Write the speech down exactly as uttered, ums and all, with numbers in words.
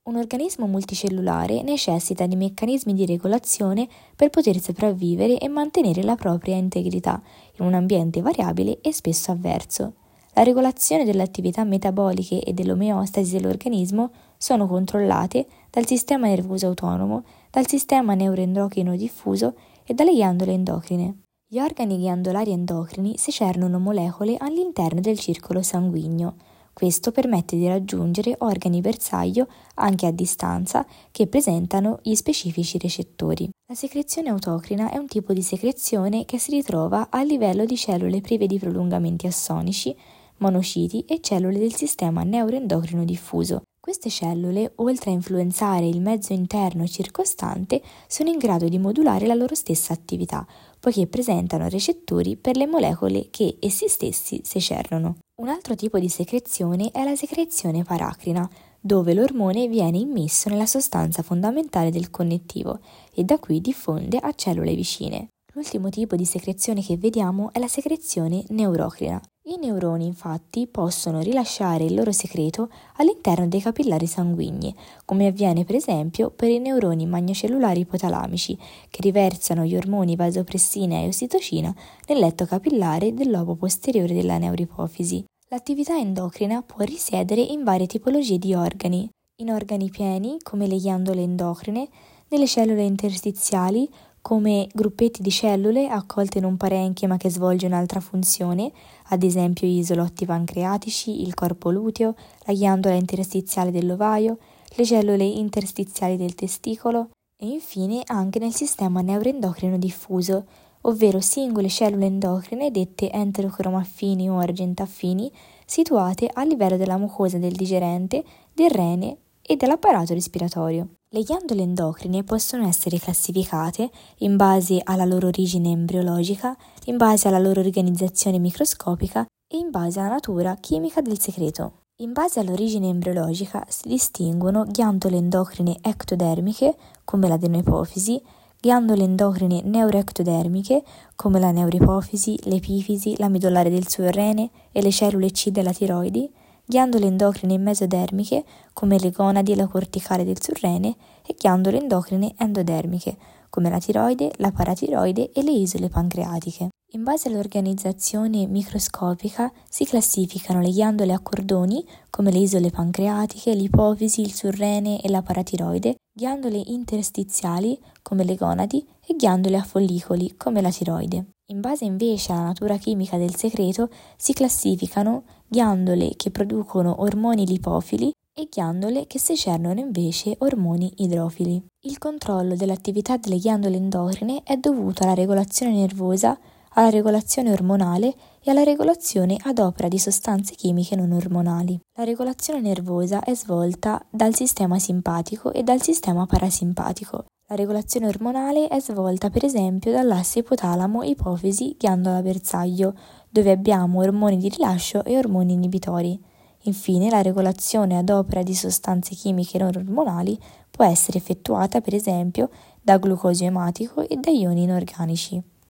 Un organismo multicellulare necessita di meccanismi di regolazione per poter sopravvivere e mantenere la propria integrità in un ambiente variabile e spesso avverso. La regolazione delle attività metaboliche e dell'omeostasi dell'organismo sono controllate dal sistema nervoso autonomo, dal sistema neuroendocrino diffuso e dalle ghiandole endocrine. Gli organi ghiandolari endocrini secernono molecole all'interno del circolo sanguigno. Questo permette di raggiungere organi bersaglio anche a distanza che presentano gli specifici recettori. La secrezione autocrina è un tipo di secrezione che si ritrova a livello di cellule prive di prolungamenti assonici, monociti e cellule del sistema neuroendocrino diffuso. Queste cellule, oltre a influenzare il mezzo interno circostante, sono in grado di modulare la loro stessa attività, poiché presentano recettori per le molecole che essi stessi secernono. Un altro tipo di secrezione è la secrezione paracrina, dove l'ormone viene immesso nella sostanza fondamentale del connettivo e da qui diffonde a cellule vicine. L'ultimo tipo di secrezione che vediamo è la secrezione neurocrina. I neuroni, infatti, possono rilasciare il loro secreto all'interno dei capillari sanguigni, come avviene per esempio per i neuroni magnocellulari ipotalamici, che riversano gli ormoni vasopressina e ossitocina nel letto capillare del lobo posteriore della neuroipofisi. L'attività endocrina può risiedere in varie tipologie di organi, in organi pieni, come le ghiandole endocrine, nelle cellule interstiziali, come gruppetti di cellule accolte in un parenchima che svolge un'altra funzione, ad esempio gli isolotti pancreatici, il corpo luteo, la ghiandola interstiziale dell'ovaio, le cellule interstiziali del testicolo e infine anche nel sistema neuroendocrino diffuso, ovvero singole cellule endocrine dette enterocromaffini o argentaffini situate a livello della mucosa del digerente, del rene e dell'apparato respiratorio. Le ghiandole endocrine possono essere classificate in base alla loro origine embriologica, in base alla loro organizzazione microscopica e in base alla natura chimica del secreto. In base all'origine embriologica si distinguono ghiandole endocrine ectodermiche, come l'adenoipofisi, ghiandole endocrine neuroectodermiche, come la neuroipofisi, l'epifisi, la midollare del surrene e le cellule C della tiroidi, ghiandole endocrine mesodermiche, come le gonadi e la corticale del surrene, e ghiandole endocrine endodermiche, come la tiroide, la paratiroide e le isole pancreatiche. In base all'organizzazione microscopica si classificano le ghiandole a cordoni, come le isole pancreatiche, l'ipofisi, il surrene e la paratiroide, ghiandole interstiziali, come le gonadi, e ghiandole a follicoli, come la tiroide. In base invece alla natura chimica del secreto si classificano ghiandole che producono ormoni lipofili e ghiandole che secernono invece ormoni idrofili. Il controllo dell'attività delle ghiandole endocrine è dovuto alla regolazione nervosa, alla regolazione ormonale e alla regolazione ad opera di sostanze chimiche non ormonali. La regolazione nervosa è svolta dal sistema simpatico e dal sistema parasimpatico. La regolazione ormonale è svolta per esempio dall'asse ipotalamo-ipofisi-ghiandola bersaglio, dove abbiamo ormoni di rilascio e ormoni inibitori. Infine, la regolazione ad opera di sostanze chimiche non ormonali può essere effettuata per esempio da glucosio ematico e da ioni inorganici.